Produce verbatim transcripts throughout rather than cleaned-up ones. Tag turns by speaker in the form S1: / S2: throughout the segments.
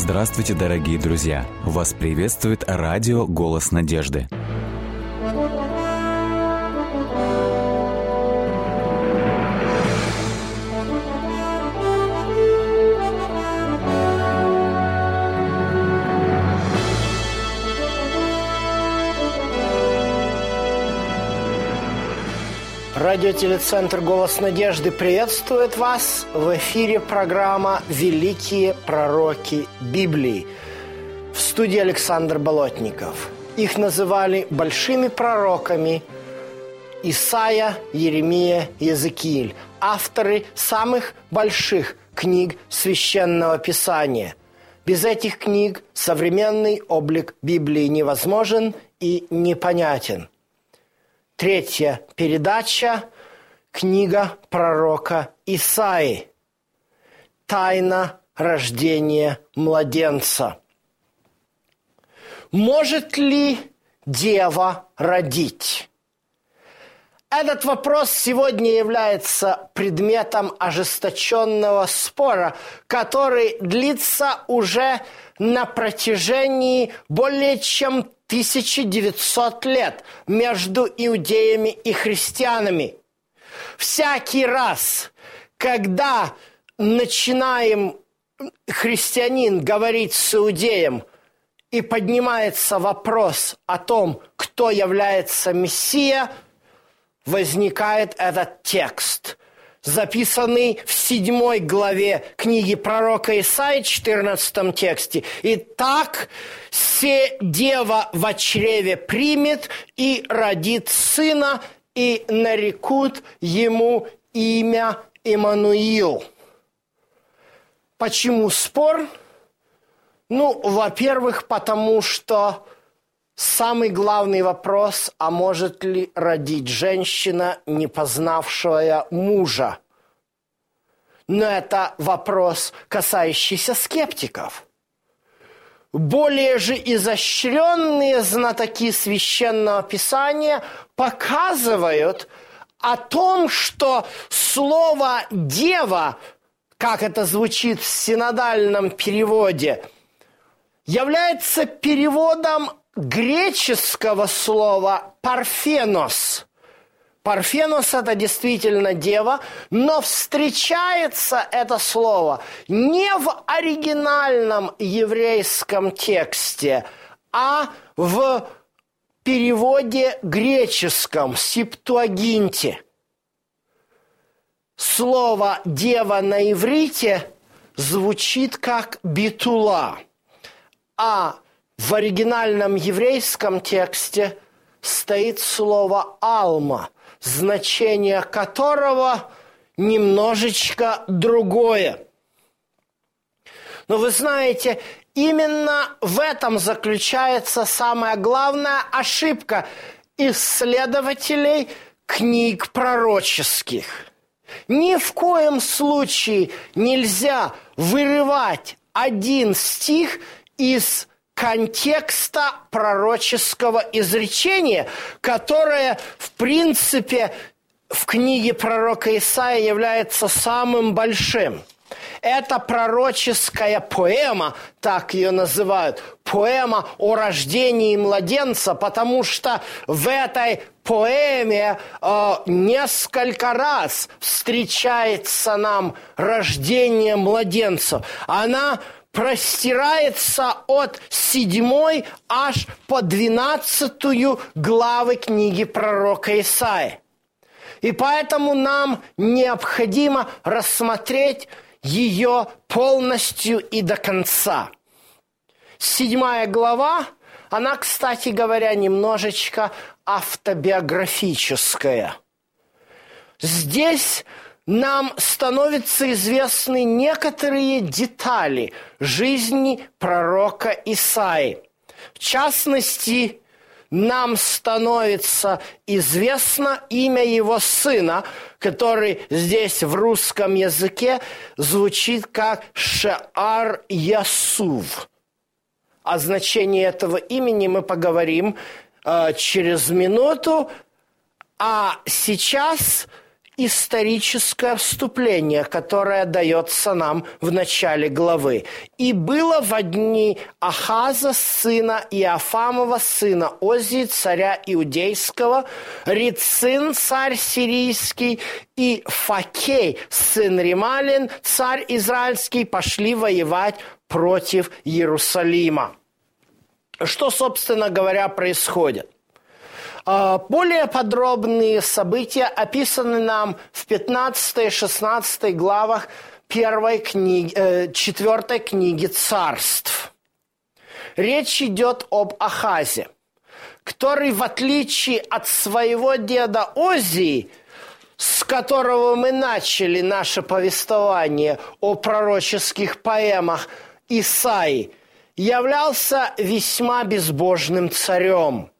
S1: Здравствуйте, дорогие друзья! Вас приветствует радио «Голос надежды».
S2: Радиотелецентр «Голос надежды» приветствует вас. В эфире программа «Великие пророки Библии». В студии Александр Болотников. Их называли большими пророками Исаия, Иеремия, Иезекииль. Авторы самых больших книг Священного Писания. Без этих книг современный облик Библии невозможен и непонятен. Третья передача – книга пророка Исаии. Тайна рождения младенца. Может ли дева родить? Этот вопрос сегодня является предметом ожесточенного спора, который длится уже на протяжении более чем тысяча девятьсот лет между иудеями и христианами. Всякий раз, когда начинаем христианин говорить с иудеем, и поднимается вопрос о том, кто является Мессия, возникает этот текст, записанный в седьмой главе книги пророка Исаии, четырнадцатом тексте. «Итак, се дева во чреве примет и родит сына, и нарекут ему имя Иммануил». Почему спор? Ну, во-первых, потому что самый главный вопрос, а может ли родить женщина, не познавшая мужа? Но это вопрос, касающийся скептиков. Более же изощренные знатоки Священного Писания показывают о том, что слово «дева», как это звучит в синодальном переводе, является переводом греческого слова «парфенос». Парфенос – это действительно дева, но встречается это слово не в оригинальном еврейском тексте, а в переводе греческом, септуагинте. Слово «дева» на иврите звучит как «битула», а в оригинальном еврейском тексте стоит слово «алма», значение которого немножечко другое. Но вы знаете, именно в этом заключается самая главная ошибка исследователей книг пророческих. Ни в коем случае нельзя вырывать один стих из контекста пророческого изречения, которое, в принципе, в книге пророка Исаии является самым большим. Это пророческая поэма, так ее называют, поэма о рождении младенца, потому что в этой поэме э, несколько раз встречается нам рождение младенца. Она простирается от седьмой аж по двенадцатую главы книги пророка Исаии. И поэтому нам необходимо рассмотреть ее полностью и до конца. Седьмая глава, она, кстати говоря, немножечко автобиографическая. Здесь нам становятся известны некоторые детали жизни пророка Исаии. В частности, нам становится известно имя его сына, который здесь в русском языке звучит как Шеар-Ясув. О значении этого имени мы поговорим э, через минуту. А сейчас историческое вступление, которое дается нам в начале главы. «И было во дни Ахаза, сына Иофамова, сына Озии, царя Иудейского, Рецин, царь сирийский, и Факей, сын Ремалин, царь израильский, пошли воевать против Иерусалима». Что, собственно говоря, происходит? Более подробные события описаны нам в пятнадцатой и шестнадцатой главах первой книги, э, четвертой книги Царств. Речь идет об Ахазе, который, в отличие от своего деда Озии, с которого мы начали наше повествование о пророческих поэмах Исаии, являлся весьма безбожным царем.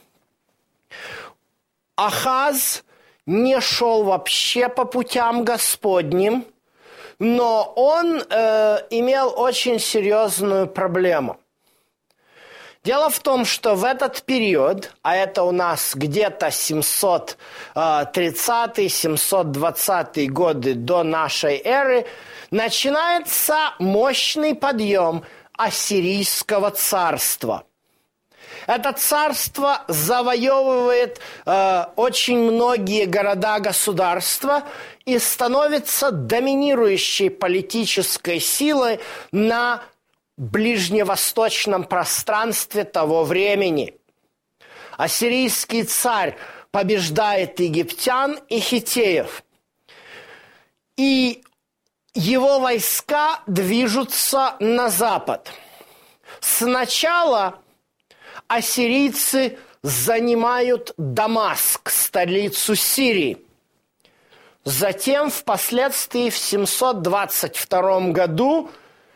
S2: Ахаз не шел вообще по путям Господним, но он э, имел очень серьезную проблему. Дело в том, что в этот период, а это у нас где-то семьсот тридцатый - семьсот двадцатый годы до нашей эры, начинается мощный подъем Ассирийского царства. Это царство завоевывает э, очень многие города-государства и становится доминирующей политической силой на ближневосточном пространстве того времени. Ассирийский царь побеждает египтян и хиттеев. И его войска движутся на запад. Сначала ассирийцы занимают Дамаск, столицу Сирии. Затем, впоследствии, в семьсот двадцать втором году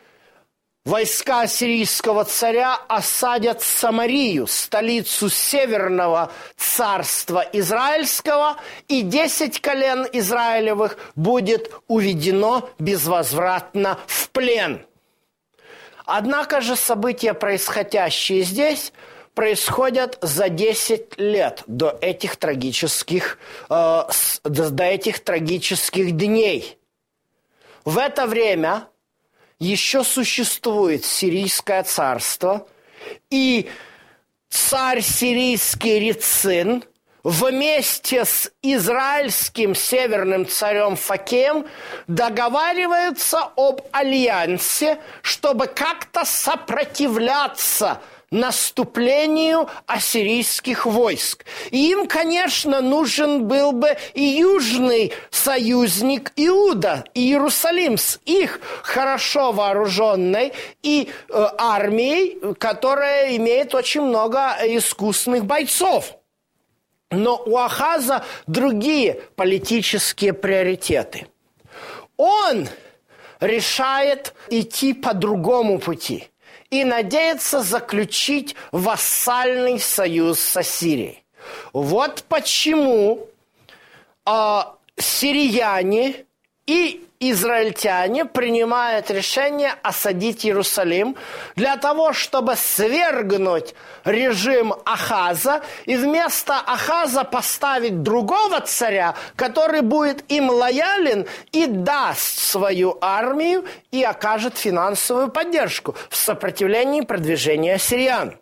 S2: войска ассирийского царя осадят Самарию, столицу Северного царства Израильского, и десять колен Израилевых будет уведено безвозвратно в плен. Однако же события, происходящие здесь, происходят за десять лет до этих трагических, э, до этих трагических дней. В это время еще существует Сирийское царство, и царь сирийский Рецин вместе с израильским северным царем Факеем договариваются об альянсе, чтобы как-то сопротивляться наступлению ассирийских войск. И им, конечно, нужен был бы и южный союзник Иуда, Иерусалим, с их хорошо вооруженной и э, армией, которая имеет очень много искусных бойцов. Но у Ахаза другие политические приоритеты. Он решает идти по другому пути и надеется заключить вассальный союз с Ассирией. Вот почему э, сирияне и израильтяне принимают решение осадить Иерусалим для того, чтобы свергнуть режим Ахаза и вместо Ахаза поставить другого царя, который будет им лоялен и даст свою армию и окажет финансовую поддержку в сопротивлении продвижения ассириян.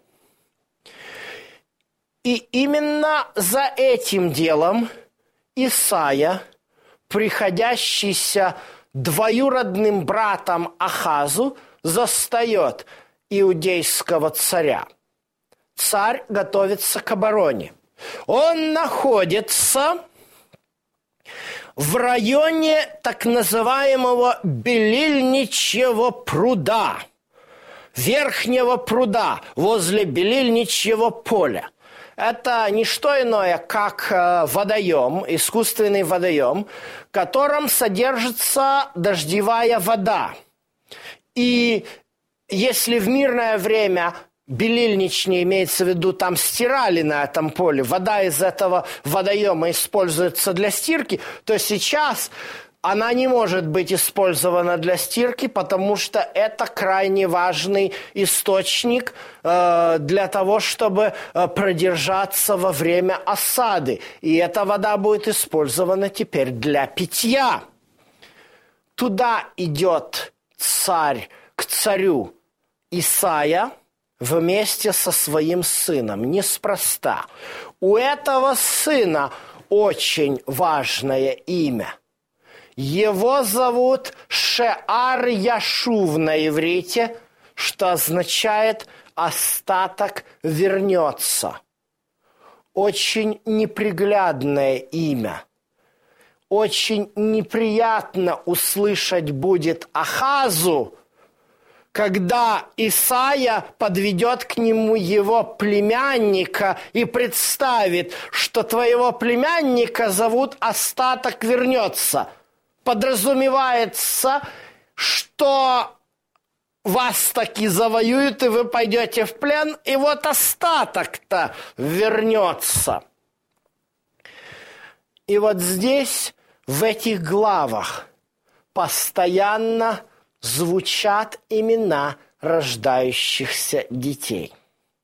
S2: И именно за этим делом Исаия, приходящийся двоюродным братом Ахазу, застает иудейского царя. Царь готовится к обороне. Он находится в районе так называемого Белильничьего пруда, Верхнего пруда, возле Белильничьего поля. Это не что иное, как водоем, искусственный водоем, в котором содержится дождевая вода. И если в мирное время белильничные, имеется в виду, там стирали на этом поле, вода из этого водоема используется для стирки, то сейчас она не может быть использована для стирки, потому что это крайне важный источник э, для того, чтобы э, продержаться во время осады. И эта вода будет использована теперь для питья. Туда идет царь к царю Исаия вместе со своим сыном. Неспроста. У этого сына очень важное имя. Его зовут Шеар-Яшув на иврите, что означает «остаток вернется». Очень неприглядное имя. Очень неприятно услышать будет Ахазу, когда Исаия подведет к нему его племянника и представит, что твоего племянника зовут «остаток вернется». Подразумевается, что вас таки завоюют, и вы пойдете в плен, и вот остаток-то вернется. И вот здесь, в этих главах, постоянно звучат имена рождающихся детей.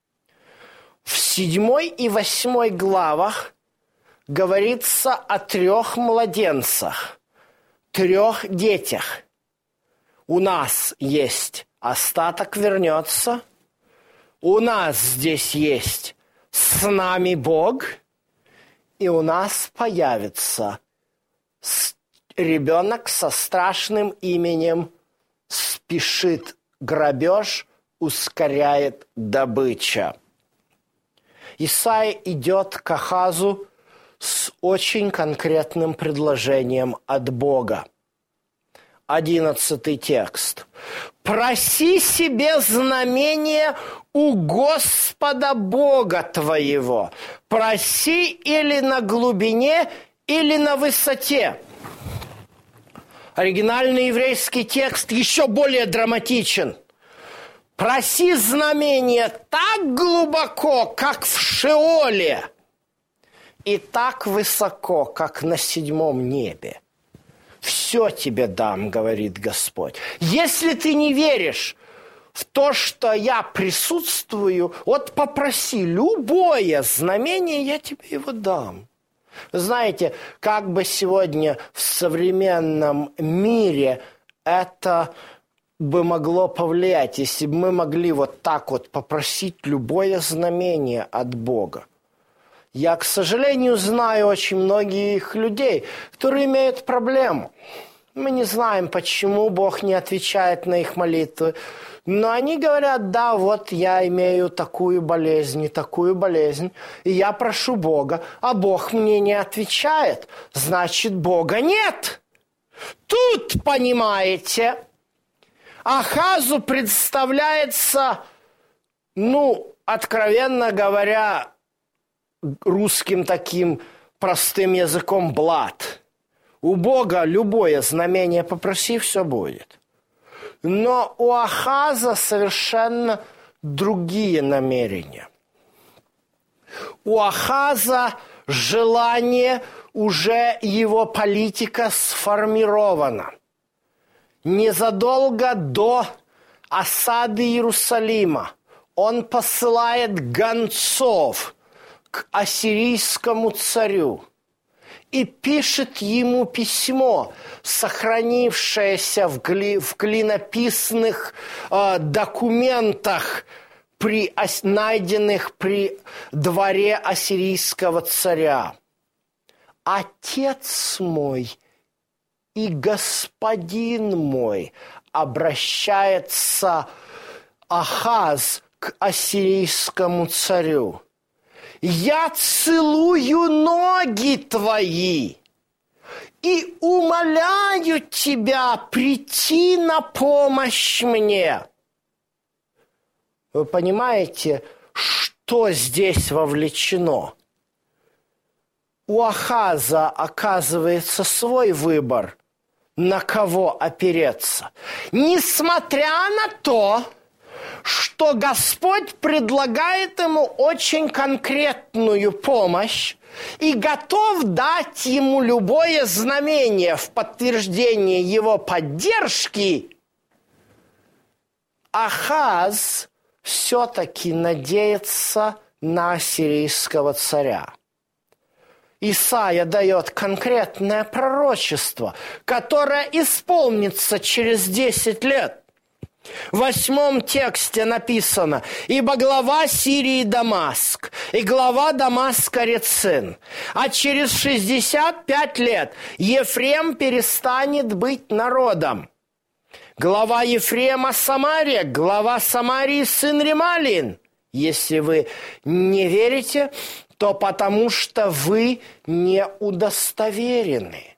S2: В седьмой и восьмой главах говорится о трех младенцах, трех детях. У нас есть остаток вернется, у нас здесь есть с нами Бог, и у нас появится ребенок со страшным именем «Спешит грабеж, ускоряет добыча». Исаия идет к Ахазу с очень конкретным предложением от Бога. Одиннадцатый текст. «Проси себе знамение у Господа Бога твоего. Проси или на глубине, или на высоте». Оригинальный еврейский текст еще более драматичен. «Проси знамение так глубоко, как в Шеоле, и так высоко, как на седьмом небе. Все тебе дам, говорит Господь. Если ты не веришь в то, что я присутствую, вот попроси любое знамение, я тебе его дам». Знаете, как бы сегодня в современном мире это бы могло повлиять, если бы мы могли вот так вот попросить любое знамение от Бога. Я, к сожалению, знаю очень многих людей, которые имеют проблему. Мы не знаем, почему Бог не отвечает на их молитвы. Но они говорят: да, вот я имею такую болезнь и такую болезнь, и я прошу Бога, а Бог мне не отвечает. Значит, Бога нет. Тут, понимаете, Ахазу представляется, ну, откровенно говоря, русским таким простым языком блат. У Бога любое знамение попроси, все будет. Но у Ахаза совершенно другие намерения. У Ахаза желание, уже его политика сформирована. Незадолго до осады Иерусалима он посылает гонцов к ассирийскому царю и пишет ему письмо, сохранившееся в, гли, в клинописных э, документах, при, ос, найденных при дворе ассирийского царя. «Отец мой и господин мой», обращается Ахаз к ассирийскому царю, «я целую ноги твои и умоляю тебя прийти на помощь мне». Вы понимаете, что здесь вовлечено? У Ахаза оказывается свой выбор, на кого опереться. Несмотря на то, что Господь предлагает ему очень конкретную помощь и готов дать ему любое знамение в подтверждение его поддержки, Ахаз все-таки надеется на ассирийского царя. Исайя дает конкретное пророчество, которое исполнится через десять лет. В восьмом тексте написано: «Ибо глава Сирии Дамаск, и глава Дамаска Рецин, а через шестьдесят пять лет Ефрем перестанет быть народом. Глава Ефрема Самария, глава Самарии сын Ремалин». Если вы не верите, то потому что вы не удостоверены.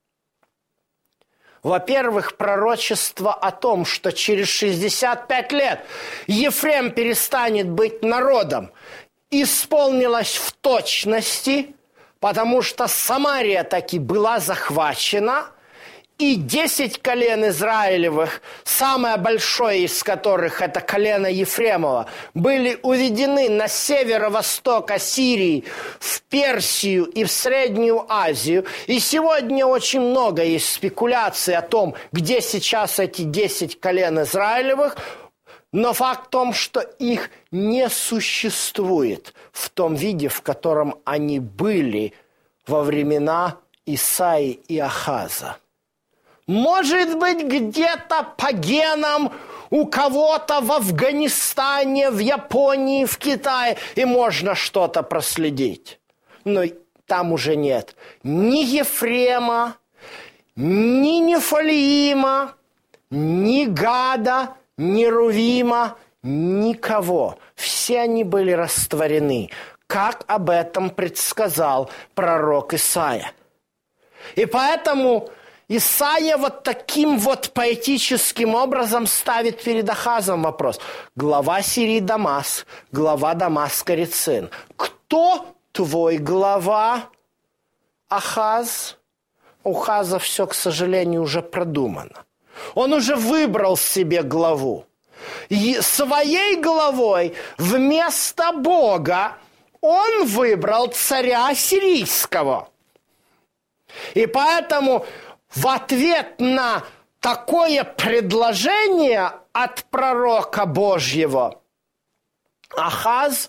S2: Во-первых, пророчество о том, что через шестьдесят пять лет Ефрем перестанет быть народом, исполнилось в точности, потому что Самария таки была захвачена, и десять колен Израилевых, самое большое из которых это колено Ефремова, были уведены на северо-восток Ассирии, в Персию и в Среднюю Азию. И сегодня очень много есть спекуляций о том, где сейчас эти десять колен Израилевых, но факт в том, что их не существует в том виде, в котором они были во времена Исаии и Ахаза. Может быть, где-то по генам у кого-то в Афганистане, в Японии, в Китае, и можно что-то проследить. Но там уже нет ни Ефрема, ни Нефалиима, ни Гада, ни Рувима, никого. Все они были растворены, как об этом предсказал пророк Исайя. И поэтому Исайя вот таким вот поэтическим образом ставит перед Ахазом вопрос. Глава Сирии Дамаск, глава Дамаска Рецин. Кто твой глава, Ахаз? У Ахаза все, к сожалению, уже продумано. Он уже выбрал себе главу. И своей главой вместо Бога он выбрал царя ассирийского. И поэтому в ответ на такое предложение от пророка Божьего Ахаз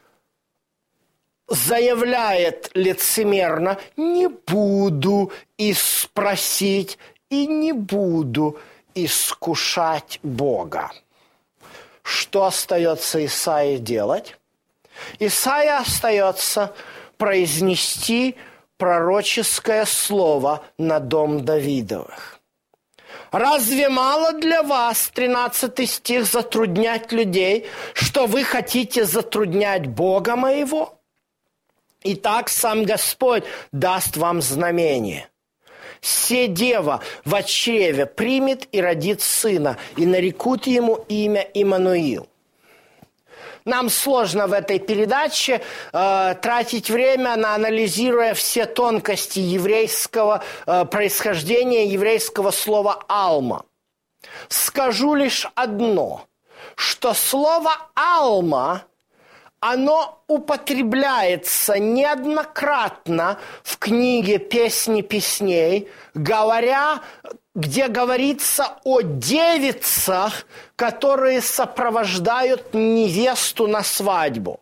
S2: заявляет лицемерно: не буду и спросить, и не буду искушать Бога. Что остается Исаии делать? Исаии остается произнести пророческое слово на дом Давидовых. «Разве мало для вас, тринадцатый стих, затруднять людей, что вы хотите затруднять Бога моего? Итак, сам Господь даст вам знамение. Се дева в чреве примет и родит сына, и нарекут ему имя Иммануил». Нам сложно в этой передаче э, тратить время, на анализируя все тонкости еврейского э, происхождения, еврейского слова «алма». Скажу лишь одно, что слово «алма», оно употребляется неоднократно в книге «Песни песней», говоря, где говорится о девицах, которые сопровождают невесту на свадьбу.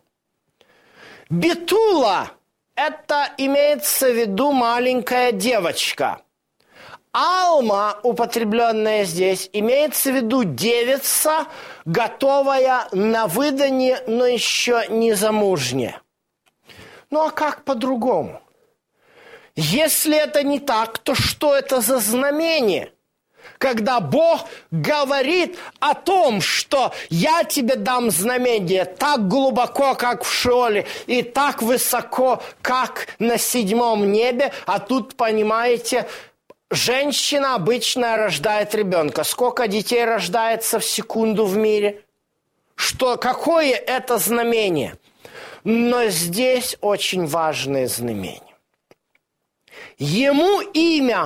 S2: Битула – это имеется в виду маленькая девочка. Алма, употребленная здесь, имеется в виду девица, готовая на выдание, но еще не замужняя. Ну а как по-другому? Если это не так, то что это за знамение? Когда Бог говорит о том, что я тебе дам знамение так глубоко, как в Шеоле, и так высоко, как на седьмом небе, а тут, понимаете, женщина обычно рождает ребенка. Сколько детей рождается в секунду в мире? Что, какое это знамение? Но здесь очень важное знамение. Ему имя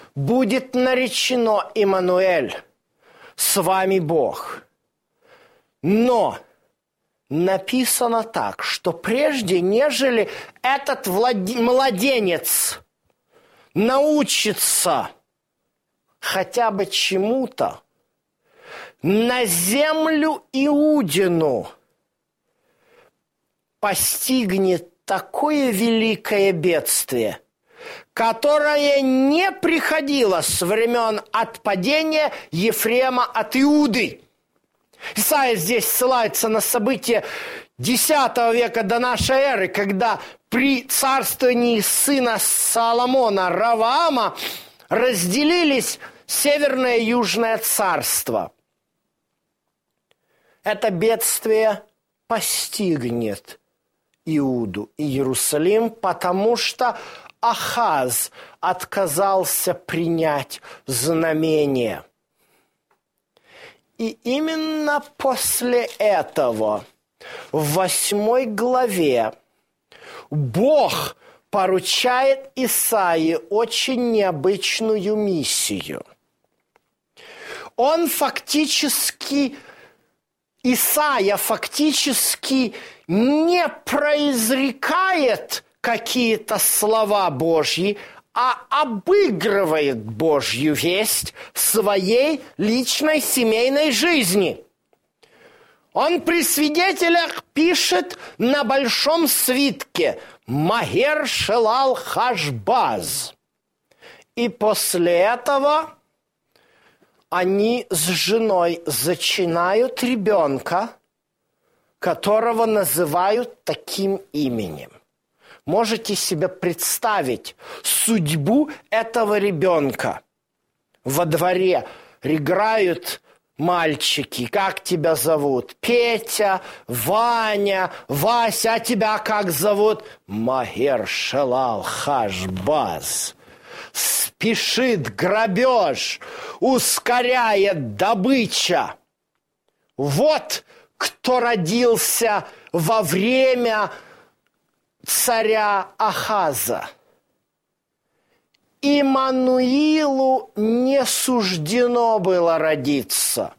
S2: будет наречено Иммануэль, с вами Бог. Но написано так, что прежде, нежели этот владе- младенец научится хотя бы чему-то, на землю Иудину постигнет такое великое бедствие, которое не приходило с времен отпадения Ефрема от Иуды. Исайя здесь ссылается на события десятого века до нашей эры, когда при царствовании сына Соломона Раваама разделились Северное и Южное царство. Это бедствие постигнет Иуду и Иерусалим, потому что Ахаз отказался принять знамение. И именно после этого в восьмой главе Бог поручает Исаии очень необычную миссию. Он фактически, Исаия фактически не произрекает какие-то слова Божьи, а обыгрывает Божью весть в своей личной семейной жизни. Он при свидетелях пишет на большом свитке «Магер Шелал Хашбаз». И после этого они с женой зачинают ребенка, которого называют таким именем. Можете себе представить судьбу этого ребенка. Во дворе играют мальчики. Как тебя зовут? Петя, Ваня, Вася. А тебя как зовут? Магер Шелал Хашбаз. Спешит грабеж, ускоряет добыча. Вот кто родился во время царя Ахаза. Иммануилу не суждено было родиться.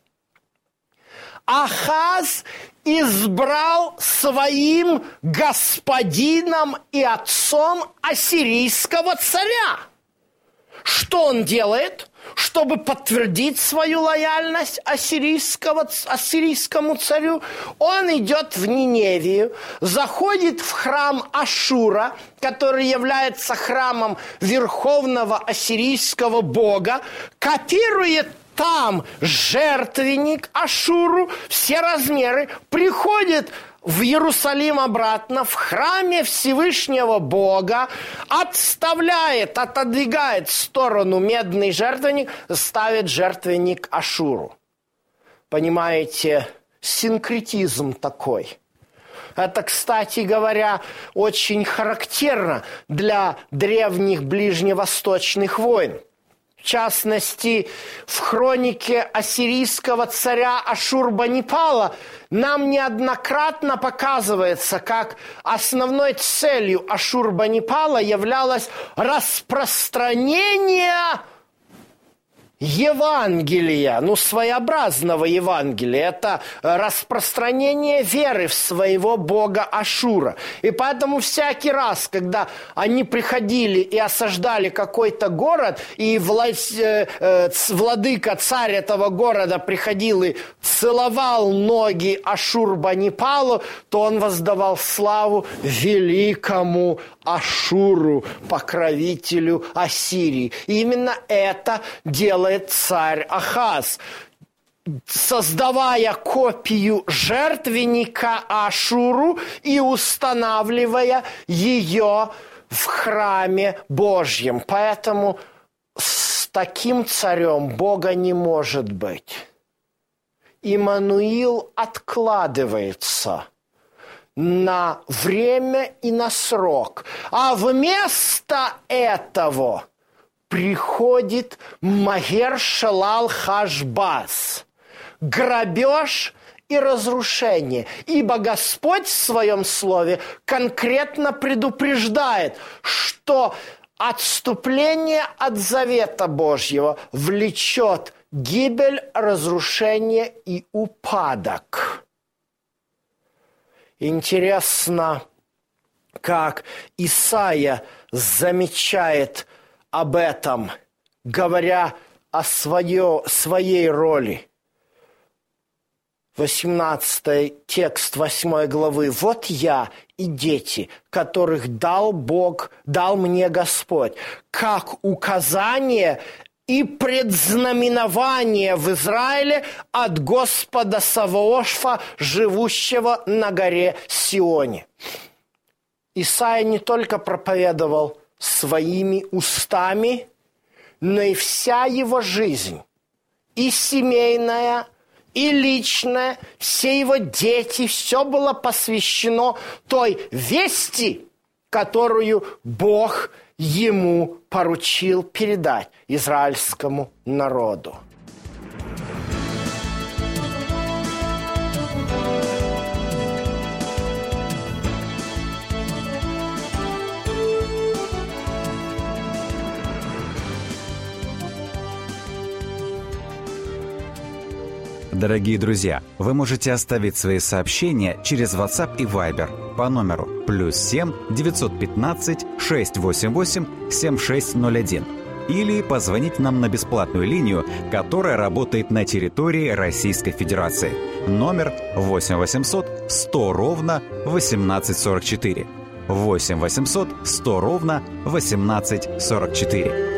S2: Ахаз избрал своим господином и отцом ассирийского царя. Что он делает, чтобы подтвердить свою лояльность ассирийского, ассирийскому царю? Он идет в Ниневию, заходит в храм Ашура, который является храмом верховного ассирийского бога, копирует там жертвенник Ашуру, все размеры, приходит в Иерусалим обратно, в храме Всевышнего Бога, отставляет, отодвигает в сторону медный жертвенник, ставит жертвенник Ашуру. Понимаете, синкретизм такой. Это, кстати говоря, очень характерно для древних ближневосточных войн. В частности, в хронике ассирийского царя Ашурбанипала нам неоднократно показывается, как основной целью Ашурбанипала являлось распространение Евангелия, ну, своеобразного Евангелия. Это распространение веры в своего бога Ашура. И поэтому всякий раз, когда они приходили и осаждали какой-то город, и власть, э, э, владыка, царь этого города приходил и целовал ноги Ашурбанипалу, то он воздавал славу великому Ашуру, покровителю Ассирии. И именно это делает царь Ахаз, создавая копию жертвенника Ашуру и устанавливая ее в храме Божьем. Поэтому с таким царем Бога не может быть. Иммануил откладывается на время и на срок. А вместо этого приходит Магер Шелал Хашбаз. Грабеж и разрушение. Ибо Господь в своем слове конкретно предупреждает, что отступление от завета Божьего влечет гибель, разрушение и упадок. Интересно, как Исаия замечает об этом, говоря о своё, своей роли. восемнадцатый текст восьмой главы. «Вот я и дети, которых дал Бог, дал мне Господь, как указание и предзнаменование в Израиле от Господа Саваофа, живущего на горе Сионе». Исаия не только проповедовал своими устами, но и вся его жизнь, и семейная, и личное, все его дети, все было посвящено той вести, которую Бог ему поручил передать израильскому народу.
S1: Дорогие друзья, вы можете оставить свои сообщения через WhatsApp и Viber по номеру плюс семь девятьсот пятнадцать шестьсот восемьдесят восемь семьдесят шесть ноль один или позвонить нам на бесплатную линию, которая работает на территории Российской Федерации. Номер восемь восемьсот сто ровно восемнадцать сорок четыре. восемь восемьсот сто ровно восемнадцать сорок четыре.